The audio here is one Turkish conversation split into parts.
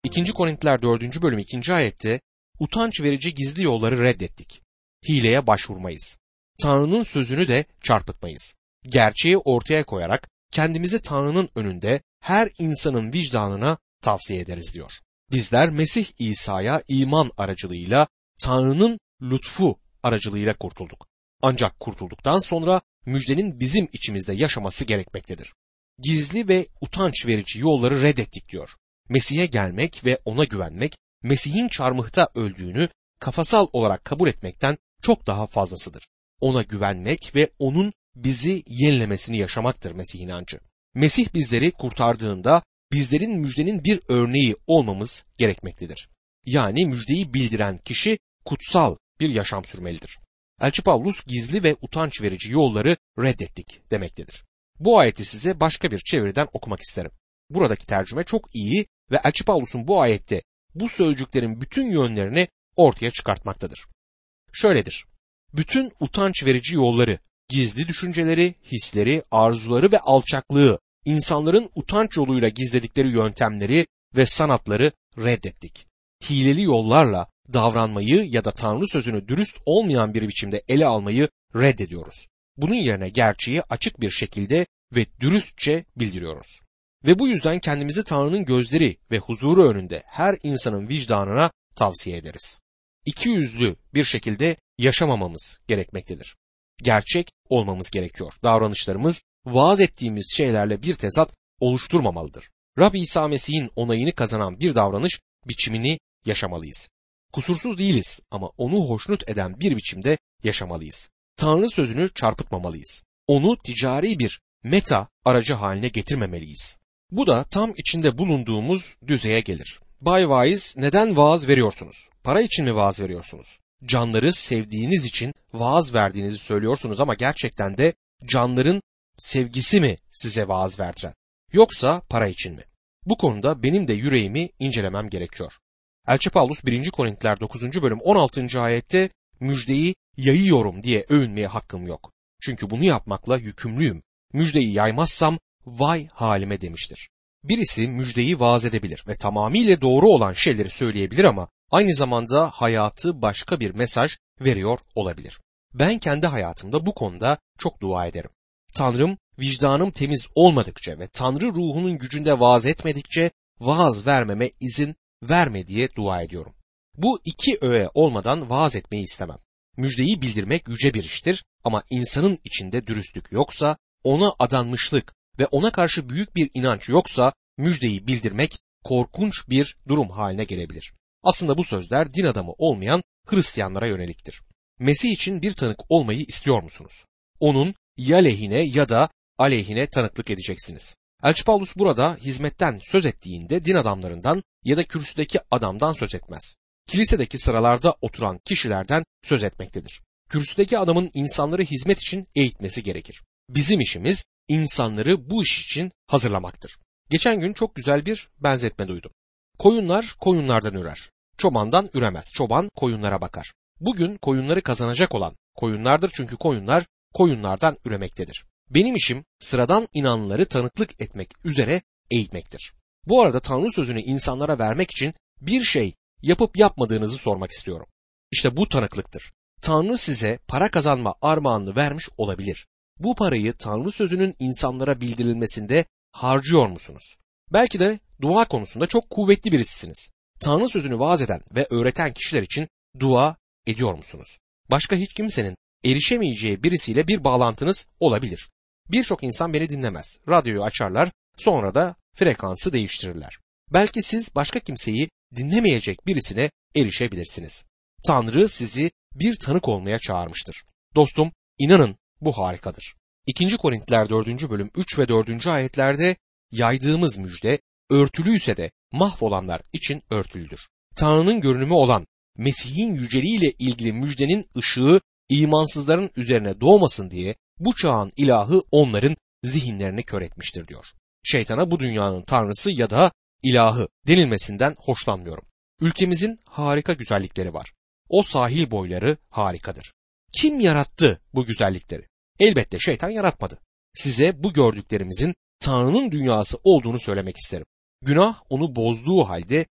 2. Korintiler 4. bölüm 2. ayette utanç verici gizli yolları reddettik. Hileye başvurmayız. Tanrı'nın sözünü de çarpıtmayız. Gerçeği ortaya koyarak kendimizi Tanrı'nın önünde her insanın vicdanına tavsiye ederiz diyor. Bizler Mesih İsa'ya iman aracılığıyla Tanrı'nın lütfu aracılığıyla kurtulduk. Ancak kurtulduktan sonra müjdenin bizim içimizde yaşaması gerekmektedir. Gizli ve utanç verici yolları reddettik diyor. Mesih'e gelmek ve ona güvenmek, Mesih'in çarmıhta öldüğünü kafasal olarak kabul etmekten çok daha fazlasıdır. Ona güvenmek ve onun bizi yenilemesini yaşamaktır Mesih inancı. Mesih bizleri kurtardığında bizlerin müjdenin bir örneği olmamız gerekmektedir. Yani müjdeyi bildiren kişi kutsal bir yaşam sürmelidir. Elçi Pavlus gizli ve utanç verici yolları reddettik demektedir. Bu ayeti size başka bir çeviriden okumak isterim. Buradaki tercüme çok iyi ve Elçi Pavlus'un bu ayette bu sözcüklerin bütün yönlerini ortaya çıkartmaktadır. Şöyledir: bütün utanç verici yolları, gizli düşünceleri, hisleri, arzuları ve alçaklığı, insanların utanç yoluyla gizledikleri yöntemleri ve sanatları reddettik. Hileli yollarla davranmayı ya da Tanrı sözünü dürüst olmayan bir biçimde ele almayı reddediyoruz. Bunun yerine gerçeği açık bir şekilde ve dürüstçe bildiriyoruz. Ve bu yüzden kendimizi Tanrı'nın gözleri ve huzuru önünde her insanın vicdanına tavsiye ederiz. İkiyüzlü bir şekilde yaşamamamız gerekmektedir. Gerçek olmamız gerekiyor. Davranışlarımız vaaz ettiğimiz şeylerle bir tezat oluşturmamalıdır. Rab İsa Mesih'in onayını kazanan bir davranış biçimini yaşamalıyız. Kusursuz değiliz ama onu hoşnut eden bir biçimde yaşamalıyız. Tanrı sözünü çarpıtmamalıyız. Onu ticari bir meta aracı haline getirmemeliyiz. Bu da tam içinde bulunduğumuz düzeye gelir. Bay vaiz, neden vaaz veriyorsunuz? Para için mi vaaz veriyorsunuz? Canları sevdiğiniz için vaaz verdiğinizi söylüyorsunuz ama gerçekten de canların sevgisi mi size vaaz verdiren? Yoksa para için mi? Bu konuda benim de yüreğimi incelemem gerekiyor. Elçi Pavlus 1. Korintiler 9. bölüm 16. ayette müjdeyi yayıyorum diye övünmeye hakkım yok. Çünkü bunu yapmakla yükümlüyüm. Müjdeyi yaymazsam vay halime demiştir. Birisi müjdeyi vaaz edebilir ve tamamıyla doğru olan şeyleri söyleyebilir ama aynı zamanda hayatı başka bir mesaj veriyor olabilir. Ben kendi hayatımda bu konuda çok dua ederim. Tanrım, vicdanım temiz olmadıkça ve Tanrı ruhunun gücünde vaaz etmedikçe vaaz vermeme izin verme diye dua ediyorum. Bu iki öğe olmadan vaaz etmeyi istemem. Müjdeyi bildirmek yüce bir iştir ama insanın içinde dürüstlük yoksa, ona adanmışlık ve ona karşı büyük bir inanç yoksa müjdeyi bildirmek korkunç bir durum haline gelebilir. Aslında bu sözler din adamı olmayan Hristiyanlara yöneliktir. Mesih için bir tanık olmayı istiyor musunuz? Onun ya lehine ya da aleyhine tanıklık edeceksiniz. Elçi Pavlus burada hizmetten söz ettiğinde din adamlarından ya da kürsüdeki adamdan söz etmez. Kilisedeki sıralarda oturan kişilerden söz etmektedir. Kürsüdeki adamın insanları hizmet için eğitmesi gerekir. Bizim işimiz insanları bu iş için hazırlamaktır. Geçen gün çok güzel bir benzetme duydum. Koyunlar koyunlardan ürer. Çobandan üremez. Çoban koyunlara bakar. Bugün koyunları kazanacak olan koyunlardır çünkü koyunlar koyunlardan üremektedir. Benim işim sıradan inanlıları tanıklık etmek üzere eğitmektir. Bu arada Tanrı sözünü insanlara vermek için bir şey yapıp yapmadığınızı sormak istiyorum. İşte bu tanıklıktır. Tanrı size para kazanma armağanını vermiş olabilir. Bu parayı Tanrı sözünün insanlara bildirilmesinde harcıyor musunuz? Belki de dua konusunda çok kuvvetli birisisiniz. Tanrı sözünü vaaz eden ve öğreten kişiler için dua ediyor musunuz? Başka hiç kimsenin erişemeyeceği birisiyle bir bağlantınız olabilir. Birçok insan beni dinlemez. Radyoyu açarlar, sonra da frekansı değiştirirler. Belki siz başka kimseyi dinlemeyecek birisine erişebilirsiniz. Tanrı sizi bir tanık olmaya çağırmıştır. Dostum, inanın bu harikadır. 2. Korintiler 4. bölüm 3 ve 4. ayetlerde yaydığımız müjde örtülüyse de mahvolanlar için örtülüdür. Tanrı'nın görünümü olan Mesih'in yüceliğiyle ilgili müjdenin ışığı imansızların üzerine doğmasın diye bu çağın ilahı onların zihinlerini kör etmiştir diyor. Şeytana bu dünyanın tanrısı ya da ilahı denilmesinden hoşlanmıyorum. Ülkemizin harika güzellikleri var. O sahil boyları harikadır. Kim yarattı bu güzellikleri? Elbette şeytan yaratmadı. Size bu gördüklerimizin Tanrı'nın dünyası olduğunu söylemek isterim. Günah onu bozduğu halde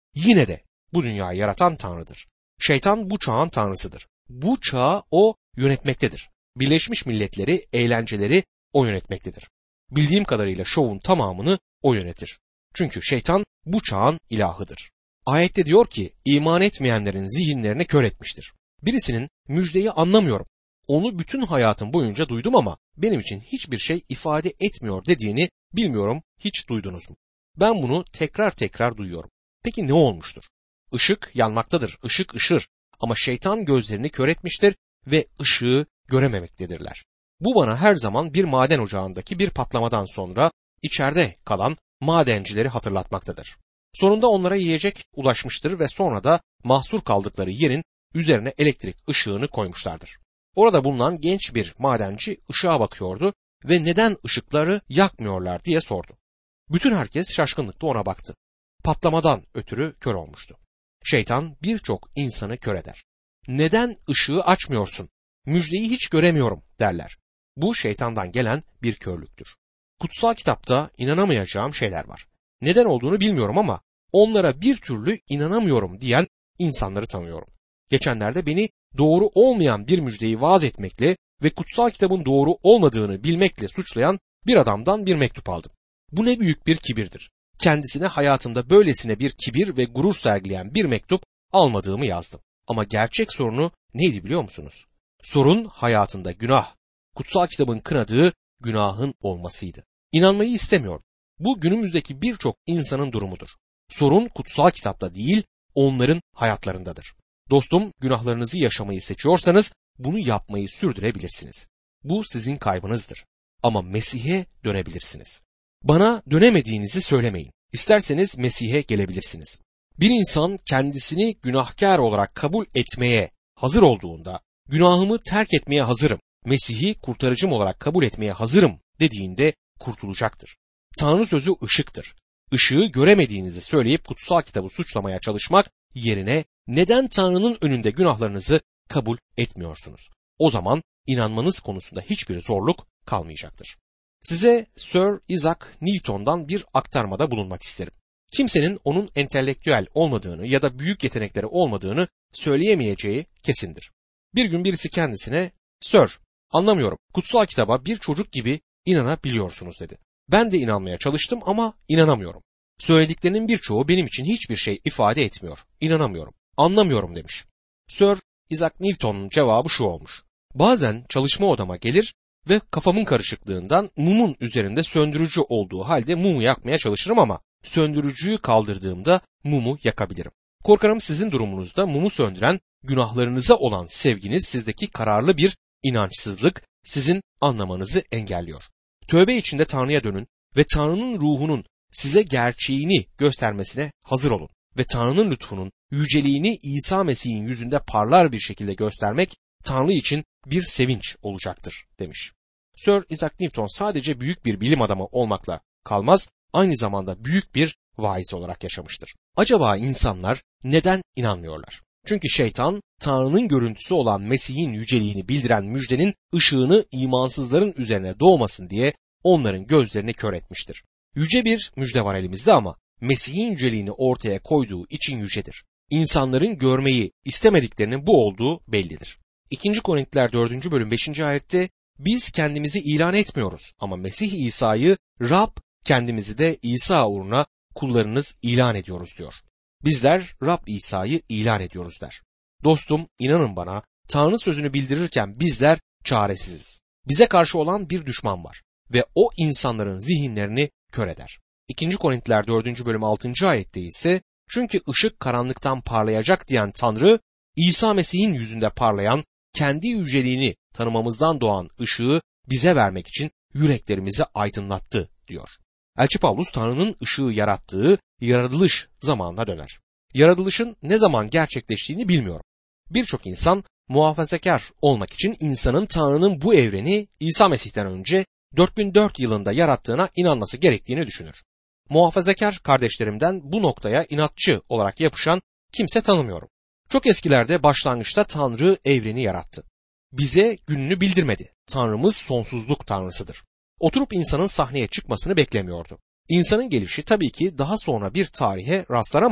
Yine de bu dünyayı yaratan Tanrı'dır. Şeytan bu çağın tanrısıdır. Bu çağı o yönetmektedir. Birleşmiş Milletleri, eğlenceleri o yönetmektedir. Bildiğim kadarıyla şovun tamamını o yönetir. Çünkü şeytan bu çağın ilahıdır. Ayette diyor ki iman etmeyenlerin zihinlerini kör etmiştir. Birisinin müjdeyi anlamıyorum. Onu bütün hayatım boyunca duydum ama benim için hiçbir şey ifade etmiyor dediğini bilmiyorum, hiç duydunuz mu? Ben bunu tekrar tekrar duyuyorum. Peki ne olmuştur? Işık yanmaktadır, ışık ışır ama şeytan gözlerini kör etmiştir ve ışığı görememektedirler. Bu bana her zaman bir maden ocağındaki bir patlamadan sonra içeride kalan madencileri hatırlatmaktadır. Sonunda onlara yiyecek ulaşmıştır ve sonra da mahsur kaldıkları yerin üzerine elektrik ışığını koymuşlardır. Orada bulunan genç bir madenci ışığa bakıyordu ve neden ışıkları yakmıyorlar diye sordu. Bütün herkes şaşkınlıkla ona baktı. Patlamadan ötürü kör olmuştu. Şeytan birçok insanı kör eder. Neden ışığı açmıyorsun? Müjdeyi hiç göremiyorum derler. Bu şeytandan gelen bir körlüktür. Kutsal kitapta inanamayacağım şeyler var. Neden olduğunu bilmiyorum ama onlara bir türlü inanamıyorum diyen insanları tanıyorum. Geçenlerde beni doğru olmayan bir müjdeyi vaaz etmekle ve kutsal kitabın doğru olmadığını bilmekle suçlayan bir adamdan bir mektup aldım. Bu ne büyük bir kibirdir. Kendisine hayatında böylesine bir kibir ve gurur sergileyen bir mektup almadığımı yazdım. Ama gerçek sorunu neydi biliyor musunuz? Sorun hayatında günah, kutsal kitabın kınadığı günahın olmasıydı. İnanmayı istemiyor. Bu günümüzdeki birçok insanın durumudur. Sorun kutsal kitapta değil, onların hayatlarındadır. Dostum, günahlarınızı yaşamayı seçiyorsanız bunu yapmayı sürdürebilirsiniz. Bu sizin kaybınızdır. Ama Mesih'e dönebilirsiniz. Bana dönemediğinizi söylemeyin. İsterseniz Mesih'e gelebilirsiniz. Bir insan kendisini günahkar olarak kabul etmeye hazır olduğunda, günahımı terk etmeye hazırım, Mesih'i kurtarıcım olarak kabul etmeye hazırım dediğinde kurtulacaktır. Tanrı sözü ışıktır. Işığı göremediğinizi söyleyip kutsal kitabı suçlamaya çalışmak yerine neden Tanrı'nın önünde günahlarınızı kabul etmiyorsunuz? O zaman inanmanız konusunda hiçbir zorluk kalmayacaktır. Size Sir Isaac Newton'dan bir aktarmada bulunmak isterim. Kimsenin onun entelektüel olmadığını ya da büyük yetenekleri olmadığını söyleyemeyeceği kesindir. Bir gün birisi kendisine, "Sir, anlamıyorum, kutsal kitaba bir çocuk gibi inanabiliyorsunuz" dedi. Ben de inanmaya çalıştım ama inanamıyorum. Söylediklerinin birçoğu benim için hiçbir şey ifade etmiyor. İnanamıyorum, anlamıyorum demiş. Sir Isaac Newton'un cevabı şu olmuş. Bazen çalışma odama gelir ve kafamın karışıklığından mumun üzerinde söndürücü olduğu halde mumu yakmaya çalışırım ama söndürücüyü kaldırdığımda mumu yakabilirim. Korkarım sizin durumunuzda mumu söndüren günahlarınıza olan sevginiz sizdeki kararlı bir inançsızlık sizin anlamanızı engelliyor. Tövbe içinde Tanrı'ya dönün ve Tanrı'nın ruhunun size gerçeğini göstermesine hazır olun. Ve Tanrı'nın lütfunun yüceliğini İsa Mesih'in yüzünde parlar bir şekilde göstermek Tanrı için bir sevinç olacaktır demiş. Sir Isaac Newton sadece büyük bir bilim adamı olmakla kalmaz, aynı zamanda büyük bir vaiz olarak yaşamıştır. Acaba insanlar neden inanmıyorlar? Çünkü şeytan Tanrı'nın görüntüsü olan Mesih'in yüceliğini bildiren müjdenin ışığını imansızların üzerine doğmasın diye onların gözlerini kör etmiştir. Yüce bir müjde var elimizde ama Mesih'in yüceliğini ortaya koyduğu için yücedir. İnsanların görmeyi istemediklerinin bu olduğu bellidir. 2. Korintiler 4. bölüm 5. ayette biz kendimizi ilan etmiyoruz ama Mesih İsa'yı Rab, kendimizi de İsa uğruna kullarınız ilan ediyoruz diyor. Bizler Rab İsa'yı ilan ediyoruz der. Dostum, inanın bana, Tanrı sözünü bildirirken bizler çaresiziz. Bize karşı olan bir düşman var ve o insanların zihinlerini kör eder. 2. Korintiler 4. bölüm 6. ayette ise çünkü ışık karanlıktan parlayacak diyen Tanrı, İsa Mesih'in yüzünde parlayan kendi yüceliğini tanımamızdan doğan ışığı bize vermek için yüreklerimizi aydınlattı diyor. Elçi Pavlus Tanrı'nın ışığı yarattığı yaratılış zamanına döner. Yaratılışın ne zaman gerçekleştiğini bilmiyorum. Birçok insan muhafazakar olmak için insanın Tanrı'nın bu evreni İsa Mesih'ten önce 4004 yılında yarattığına inanması gerektiğini düşünür. Muhafazakar kardeşlerimden bu noktaya inatçı olarak yapışan kimse tanımıyorum. Çok eskilerde başlangıçta Tanrı evreni yarattı. Bize gününü bildirmedi. Tanrımız sonsuzluk tanrısıdır. Oturup insanın sahneye çıkmasını beklemiyordu. İnsanın gelişi tabii ki daha sonra bir tarihe rastlar ama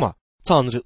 Tanrı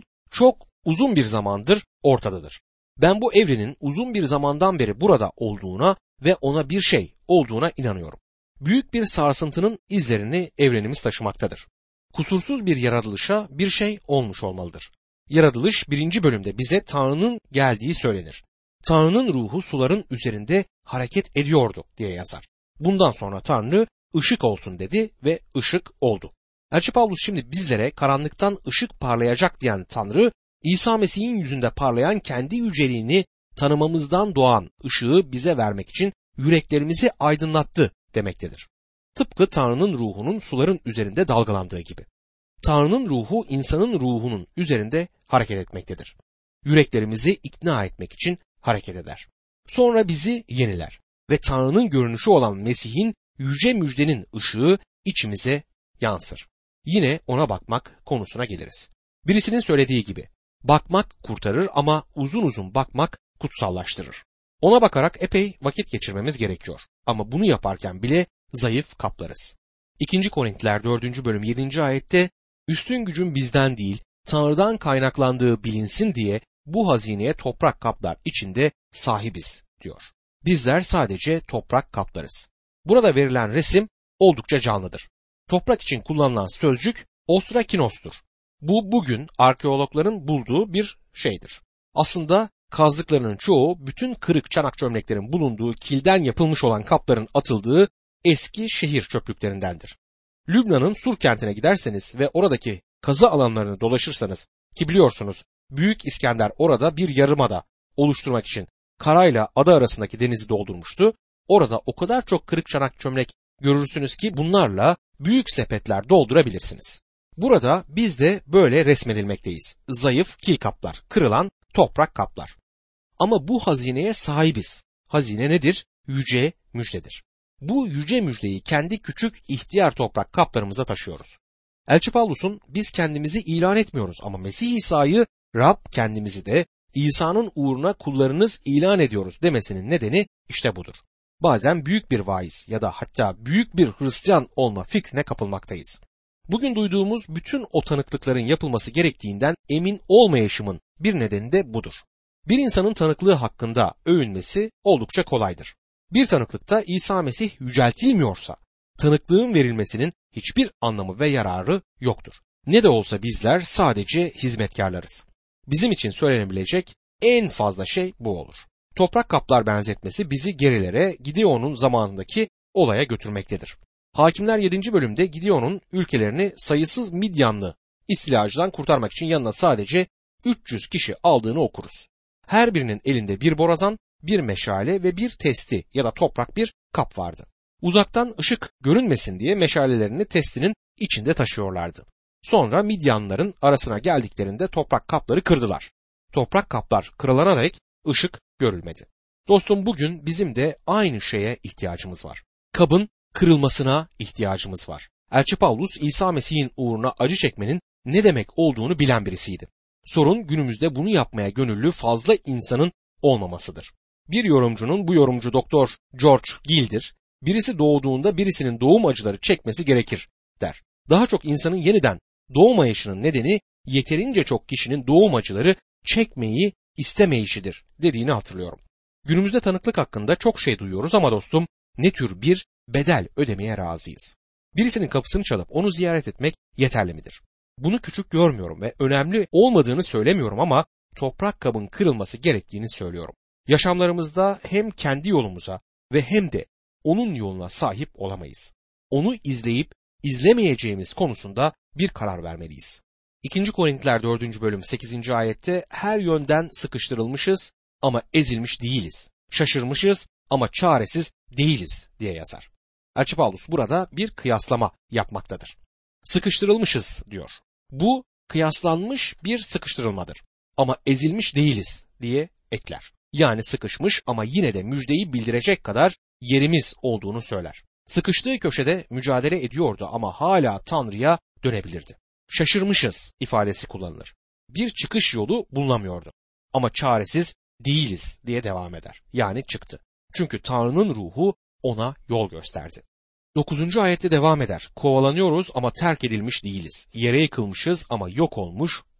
çok uzun bir zamandır ortadadır. Ben bu evrenin uzun bir zamandan beri burada olduğuna ve ona bir şey olduğuna inanıyorum. Büyük bir sarsıntının izlerini evrenimiz taşımaktadır. Kusursuz bir yaratılışa bir şey olmuş olmalıdır. Yaratılış 1. bölümde bize Tanrı'nın geldiği söylenir. Tanrı'nın ruhu suların üzerinde hareket ediyordu diye yazar. Bundan sonra Tanrı ışık olsun dedi ve ışık oldu. Elçi Pavlus şimdi bizlere karanlıktan ışık parlayacak diyen Tanrı, İsa Mesih'in yüzünde parlayan kendi yüceliğini tanımamızdan doğan ışığı bize vermek için yüreklerimizi aydınlattı demektedir. Tıpkı Tanrı'nın ruhunun suların üzerinde dalgalandığı gibi. Tanrı'nın ruhu insanın ruhunun üzerinde hareket etmektedir. Yüreklerimizi ikna etmek için hareket eder. Sonra bizi yeniler ve Tanrı'nın görünüşü olan Mesih'in yüce müjdenin ışığı içimize yansır. Yine ona bakmak konusuna geliriz. Birisinin söylediği gibi, bakmak kurtarır ama uzun uzun bakmak kutsallaştırır. Ona bakarak epey vakit geçirmemiz gerekiyor. Ama bunu yaparken bile zayıf kaplarız. 2. Korintiler 4. bölüm 7. ayette, üstün gücün bizden değil, Tanrı'dan kaynaklandığı bilinsin diye bu hazineye toprak kaplar içinde sahibiz diyor. Bizler sadece toprak kaplarız. Burada verilen resim oldukça canlıdır. Toprak için kullanılan sözcük ostrakinostur. Bu bugün arkeologların bulduğu bir şeydir. Aslında kazdıklarının çoğu bütün kırık çanak çömleklerin bulunduğu kilden yapılmış olan kapların atıldığı eski şehir çöplüklerindendir. Lübnan'ın Sur kentine giderseniz ve oradaki kazı alanlarını dolaşırsanız ki biliyorsunuz Büyük İskender orada bir yarımada oluşturmak için karayla ada arasındaki denizi doldurmuştu. Orada o kadar çok kırık çanak çömlek görürsünüz ki bunlarla büyük sepetler doldurabilirsiniz. Burada biz de böyle resmedilmekteyiz. Zayıf kil kaplar, kırılan toprak kaplar. Ama bu hazineye sahibiz. Hazine nedir? Yüce müjdedir. Bu yüce müjdeyi kendi küçük ihtiyar toprak kaplarımıza taşıyoruz. Elçi Pavlus'un biz kendimizi ilan etmiyoruz ama Mesih İsa'yı Rab kendimizi de İsa'nın uğruna kullarınız ilan ediyoruz demesinin nedeni işte budur. Bazen büyük bir vaiz ya da hatta büyük bir Hristiyan olma fikrine kapılmaktayız. Bugün duyduğumuz bütün o tanıklıkların yapılması gerektiğinden emin olmayışımın bir nedeni de budur. Bir insanın tanıklığı hakkında övünmesi oldukça kolaydır. Bir tanıklıkta İsa Mesih yüceltilmiyorsa tanıklığın verilmesinin hiçbir anlamı ve yararı yoktur. Ne de olsa bizler sadece hizmetkarlarız. Bizim için söylenebilecek en fazla şey bu olur. Toprak kaplar benzetmesi bizi gerilere Gideon'un zamanındaki olaya götürmektedir. Hakimler 7. bölümde Gideon'un ülkelerini sayısız Midyanlı istilacıdan kurtarmak için yanına sadece 300 kişi aldığını okuruz. Her birinin elinde bir borazan, bir meşale ve bir testi ya da toprak bir kap vardı. Uzaktan ışık görünmesin diye meşalelerini testinin içinde taşıyorlardı. Sonra Midyanlıların arasına geldiklerinde toprak kapları kırdılar. Toprak kaplar kırılana dek ışık görülmedi. Dostum bugün bizim de aynı şeye ihtiyacımız var. Kabın kırılmasına ihtiyacımız var. Elçi Pavlus İsa Mesih'in uğruna acı çekmenin ne demek olduğunu bilen birisiydi. Sorun günümüzde bunu yapmaya gönüllü fazla insanın olmamasıdır. Bir yorumcunun, bu yorumcu Doktor George Gill'dir, birisi doğduğunda birisinin doğum acıları çekmesi gerekir der. Daha çok insanın yeniden doğmayışının nedeni yeterince çok kişinin doğum acıları çekmeyi istemeyişidir dediğini hatırlıyorum. Günümüzde tanıklık hakkında çok şey duyuyoruz ama dostum ne tür bir bedel ödemeye razıyız? Birisinin kapısını çalıp onu ziyaret etmek yeterli midir? Bunu küçük görmüyorum ve önemli olmadığını söylemiyorum ama toprak kabın kırılması gerektiğini söylüyorum. Yaşamlarımızda hem kendi yolumuza ve hem de onun yoluna sahip olamayız. Onu izleyip izlemeyeceğimiz konusunda bir karar vermeliyiz. 2. Korintiler 4. bölüm 8. ayette her yönden sıkıştırılmışız ama ezilmiş değiliz. Şaşırmışız ama çaresiz değiliz diye yazar. Elçi Pavlus burada bir kıyaslama yapmaktadır. Sıkıştırılmışız diyor. Bu kıyaslanmış bir sıkıştırılmadır. Ama ezilmiş değiliz diye ekler. Yani sıkışmış ama yine de müjdeyi bildirecek kadar yerimiz olduğunu söyler. Sıkıştığı köşede mücadele ediyordu ama hala Tanrı'ya dönebilirdi. Şaşırmışız ifadesi kullanılır. Bir çıkış yolu bulunamıyordu. Ama çaresiz değiliz diye devam eder. Yani çıktı. Çünkü Tanrı'nın ruhu ona yol gösterdi. 9. ayette devam eder. Kovalanıyoruz ama terk edilmiş değiliz. Yere yıkılmışız ama yok olmuş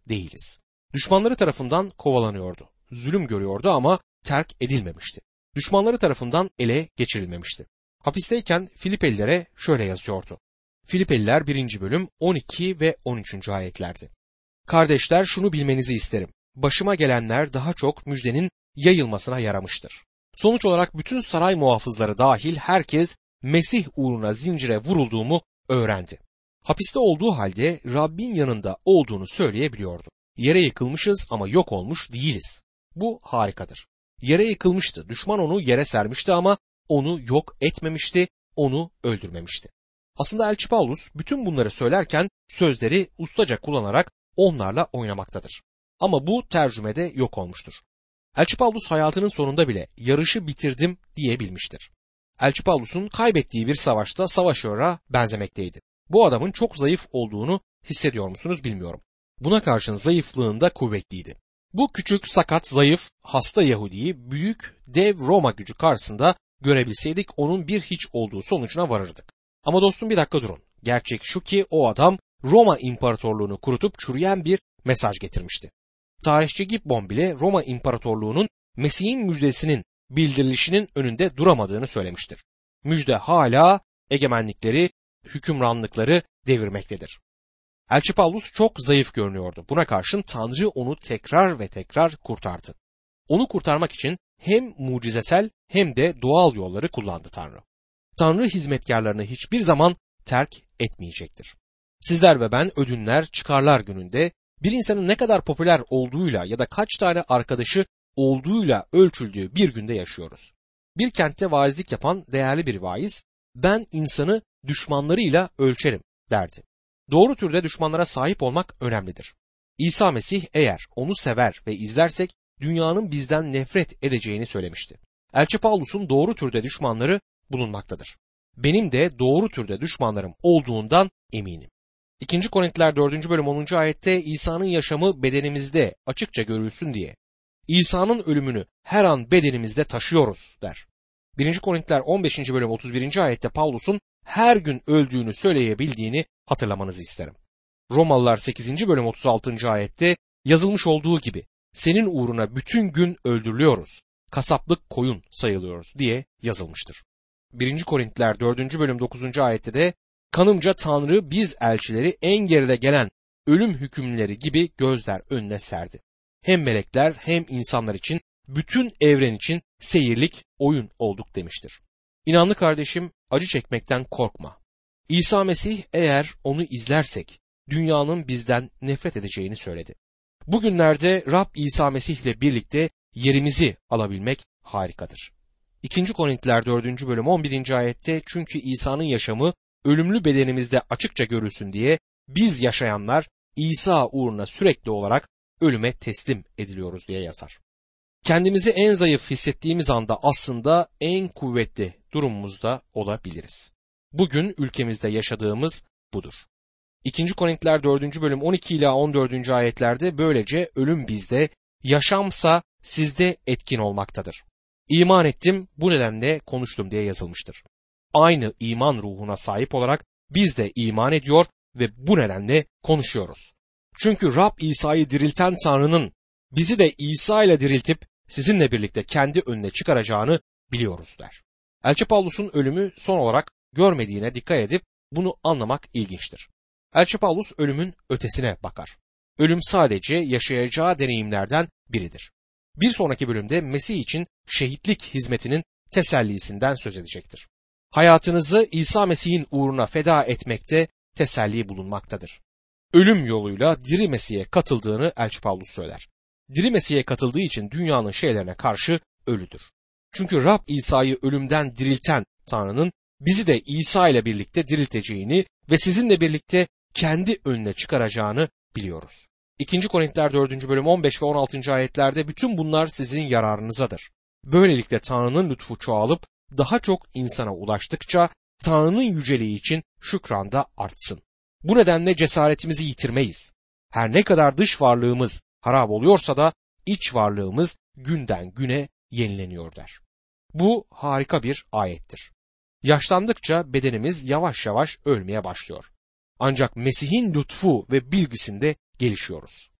değiliz. Düşmanları tarafından kovalanıyordu. Zulüm görüyordu ama terk edilmemişti. Düşmanları tarafından ele geçirilmemişti. Hapisteyken Filipelilere şöyle yazıyordu. Filipeliler 1. bölüm 12 ve 13. ayetlerdi. Kardeşler, şunu bilmenizi isterim. Başıma gelenler daha çok müjdenin yayılmasına yaramıştır. Sonuç olarak bütün saray muhafızları dahil herkes Mesih uğruna zincire vurulduğumu öğrendi. Hapiste olduğu halde Rabbin yanında olduğunu söyleyebiliyordu. Yere yıkılmışız ama yok olmuş değiliz. Bu harikadır. Yere yıkılmıştı. Düşman onu yere sermişti ama onu yok etmemişti, onu öldürmemişti. Aslında Elçi Paulus bütün bunları söylerken sözleri ustaca kullanarak onlarla oynamaktadır. Ama bu tercümede yok olmuştur. Elçi Paulus hayatının sonunda bile yarışı bitirdim diyebilmiştir. Elçi Paulus'un kaybettiği bir savaşta savaşıyora benzemekteydi. Bu adamın çok zayıf olduğunu hissediyor musunuz bilmiyorum. Buna karşın zayıflığında kuvvetliydi. Bu küçük, sakat, zayıf, hasta Yahudi'yi büyük, dev Roma gücü karşısında görebilseydik onun bir hiç olduğu sonucuna varırdık. Ama dostum bir dakika durun. Gerçek şu ki o adam Roma İmparatorluğunu kurutup çürüyen bir mesaj getirmişti. Tarihçi Gibbon bile Roma İmparatorluğu'nun Mesih'in müjdesinin bildirilişinin önünde duramadığını söylemiştir. Müjde hala egemenlikleri, hükümranlıkları devirmektedir. Elçi Paulus çok zayıf görünüyordu. Buna karşın Tanrı onu tekrar ve tekrar kurtardı. Onu kurtarmak için hem mucizesel hem de doğal yolları kullandı Tanrı. Tanrı hizmetkarlarını hiçbir zaman terk etmeyecektir. Sizler ve ben ödünler, çıkarlar gününde bir insanın ne kadar popüler olduğuyla ya da kaç tane arkadaşı olduğuyla ölçüldüğü bir günde yaşıyoruz. Bir kentte vaizlik yapan değerli bir vaiz, ben insanı düşmanlarıyla ölçerim derdi. Doğru türde düşmanlara sahip olmak önemlidir. İsa Mesih eğer onu sever ve izlersek dünyanın bizden nefret edeceğini söylemişti. Elçi Paulus'un doğru türde düşmanları bulunmaktadır. Benim de doğru türde düşmanlarım olduğundan eminim. 2. Korintiler 4. bölüm 10. ayette İsa'nın yaşamı bedenimizde açıkça görülsün diye İsa'nın ölümünü her an bedenimizde taşıyoruz der. 1. Korintiler 15. bölüm 31. ayette Paulus'un her gün öldüğünü söyleyebildiğini hatırlamanızı isterim. Romalılar 8. bölüm 36. ayette yazılmış olduğu gibi senin uğruna bütün gün öldürülüyoruz, kasaplık koyun sayılıyoruz diye yazılmıştır. 1. Korintiler 4. bölüm 9. ayette de kanımca Tanrı biz elçileri en geride gelen ölüm hükümleri gibi gözler önüne serdi. Hem melekler hem insanlar için bütün evren için seyirlik oyun olduk demiştir. İnanlı kardeşim, acı çekmekten korkma. İsa Mesih eğer onu izlersek dünyanın bizden nefret edeceğini söyledi. Bugünlerde Rab İsa Mesih ile birlikte yerimizi alabilmek harikadır. 2. Korintiler 4. bölüm 11. ayette çünkü İsa'nın yaşamı ölümlü bedenimizde açıkça görülsün diye biz yaşayanlar İsa uğruna sürekli olarak ölüme teslim ediliyoruz diye yazar. Kendimizi en zayıf hissettiğimiz anda aslında en kuvvetli durumumuzda olabiliriz. Bugün ülkemizde yaşadığımız budur. 2. Korintiler 4. bölüm 12 ila 14. ayetlerde böylece ölüm bizde, yaşamsa sizde etkin olmaktadır. İman ettim, bu nedenle konuştum diye yazılmıştır. Aynı iman ruhuna sahip olarak biz de iman ediyor ve bu nedenle konuşuyoruz. Çünkü Rab İsa'yı dirilten Tanrı'nın bizi de İsa ile diriltip sizinle birlikte kendi önüne çıkaracağını biliyoruz der. Elçi Paulus'un ölümü son olarak görmediğine dikkat edip bunu anlamak ilginçtir. Elçi Paulus ölümün ötesine bakar. Ölüm sadece yaşayacağı deneyimlerden biridir. Bir sonraki bölümde Mesih için şehitlik hizmetinin tesellisinden söz edecektir. Hayatınızı İsa Mesih'in uğruna feda etmekte teselli bulunmaktadır. Ölüm yoluyla diri Mesih'e katıldığını Elçi Paulus söyler. Diri Mesih'e katıldığı için dünyanın şeylerine karşı ölüdür. Çünkü Rab İsa'yı ölümden dirilten Tanrı'nın bizi de İsa ile birlikte dirilteceğini ve sizinle birlikte kendi önüne çıkaracağını biliyoruz. 2. Korintiler 4. bölüm 15 ve 16. ayetlerde bütün bunlar sizin yararınızadır. Böylelikle Tanrı'nın lütfu çoğalıp daha çok insana ulaştıkça Tanrı'nın yüceliği için şükran da artsın. Bu nedenle cesaretimizi yitirmeyiz. Her ne kadar dış varlığımız harap oluyorsa da iç varlığımız günden güne yenileniyor der. Bu harika bir ayettir. Yaşlandıkça bedenimiz yavaş yavaş ölmeye başlıyor. Ancak Mesih'in lütfu ve bilgisinde gelişiyoruz.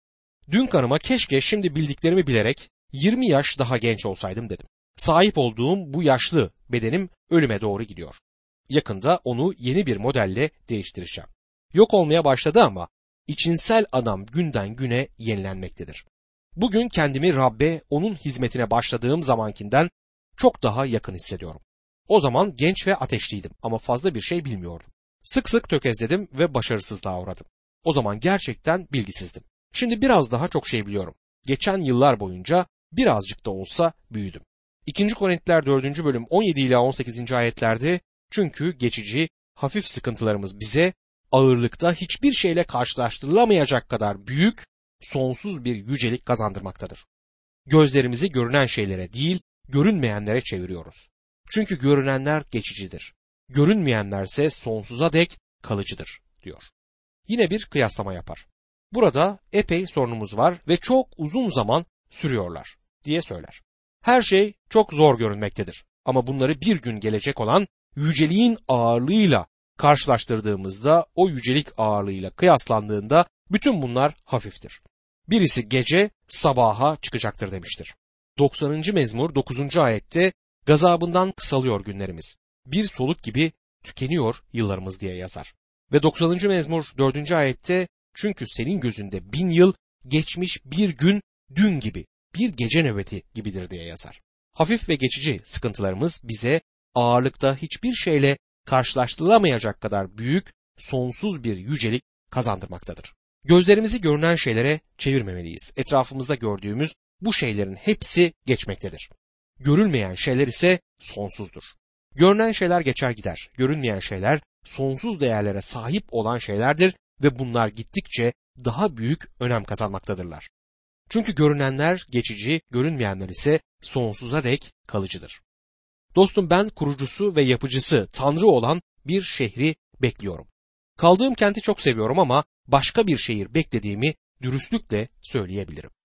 Dün karıma keşke şimdi bildiklerimi bilerek 20 yaş daha genç olsaydım dedim. Sahip olduğum bu yaşlı bedenim ölüme doğru gidiyor. Yakında onu yeni bir modelle değiştireceğim. Yok olmaya başladı ama içinsel adam günden güne yenilenmektedir. Bugün kendimi Rabbe, onun hizmetine başladığım zamankinden çok daha yakın hissediyorum. O zaman genç ve ateşliydim ama fazla bir şey bilmiyordum. Sık sık tökezledim ve başarısızlığa uğradım. O zaman gerçekten bilgisizdim. Şimdi biraz daha çok şey biliyorum. Geçen yıllar boyunca birazcık da olsa büyüdüm. 2. Korintiler 4. bölüm 17 ila 18. ayetlerde çünkü geçici, hafif sıkıntılarımız bize ağırlıkta hiçbir şeyle karşılaştırılamayacak kadar büyük, sonsuz bir yücelik kazandırmaktadır. Gözlerimizi görünen şeylere değil, görünmeyenlere çeviriyoruz. Çünkü görünenler geçicidir. Görünmeyenlerse sonsuza dek kalıcıdır, diyor. Yine bir kıyaslama yapar. Burada epey sorunumuz var ve çok uzun zaman sürüyorlar, diye söyler. Her şey çok zor görünmektedir. Ama bunları bir gün gelecek olan yüceliğin ağırlığıyla karşılaştırdığımızda, o yücelik ağırlığıyla kıyaslandığında bütün bunlar hafiftir. Birisi gece sabaha çıkacaktır demiştir. 90. mezmur 9. ayette gazabından kısalıyor günlerimiz. Bir soluk gibi tükeniyor yıllarımız diye yazar. Ve 90. mezmur 4. ayette çünkü senin gözünde 1000 yıl geçmiş bir gün dün gibi, bir gece nöbeti gibidir diye yazar. Hafif ve geçici sıkıntılarımız bize ağırlıkta hiçbir şeyle karşılaştırılamayacak kadar büyük, sonsuz bir yücelik kazandırmaktadır. Gözlerimizi görünen şeylere çevirmemeliyiz. Etrafımızda gördüğümüz bu şeylerin hepsi geçmektedir. Görülmeyen şeyler ise sonsuzdur. Görünen şeyler geçer gider. Görünmeyen şeyler sonsuz değerlere sahip olan şeylerdir ve bunlar gittikçe daha büyük önem kazanmaktadırlar. Çünkü görünenler geçici, görünmeyenler ise sonsuza dek kalıcıdır. Dostum, ben kurucusu ve yapıcısı Tanrı olan bir şehri bekliyorum. Kaldığım kenti çok seviyorum ama başka bir şehir beklediğimi dürüstlükle söyleyebilirim.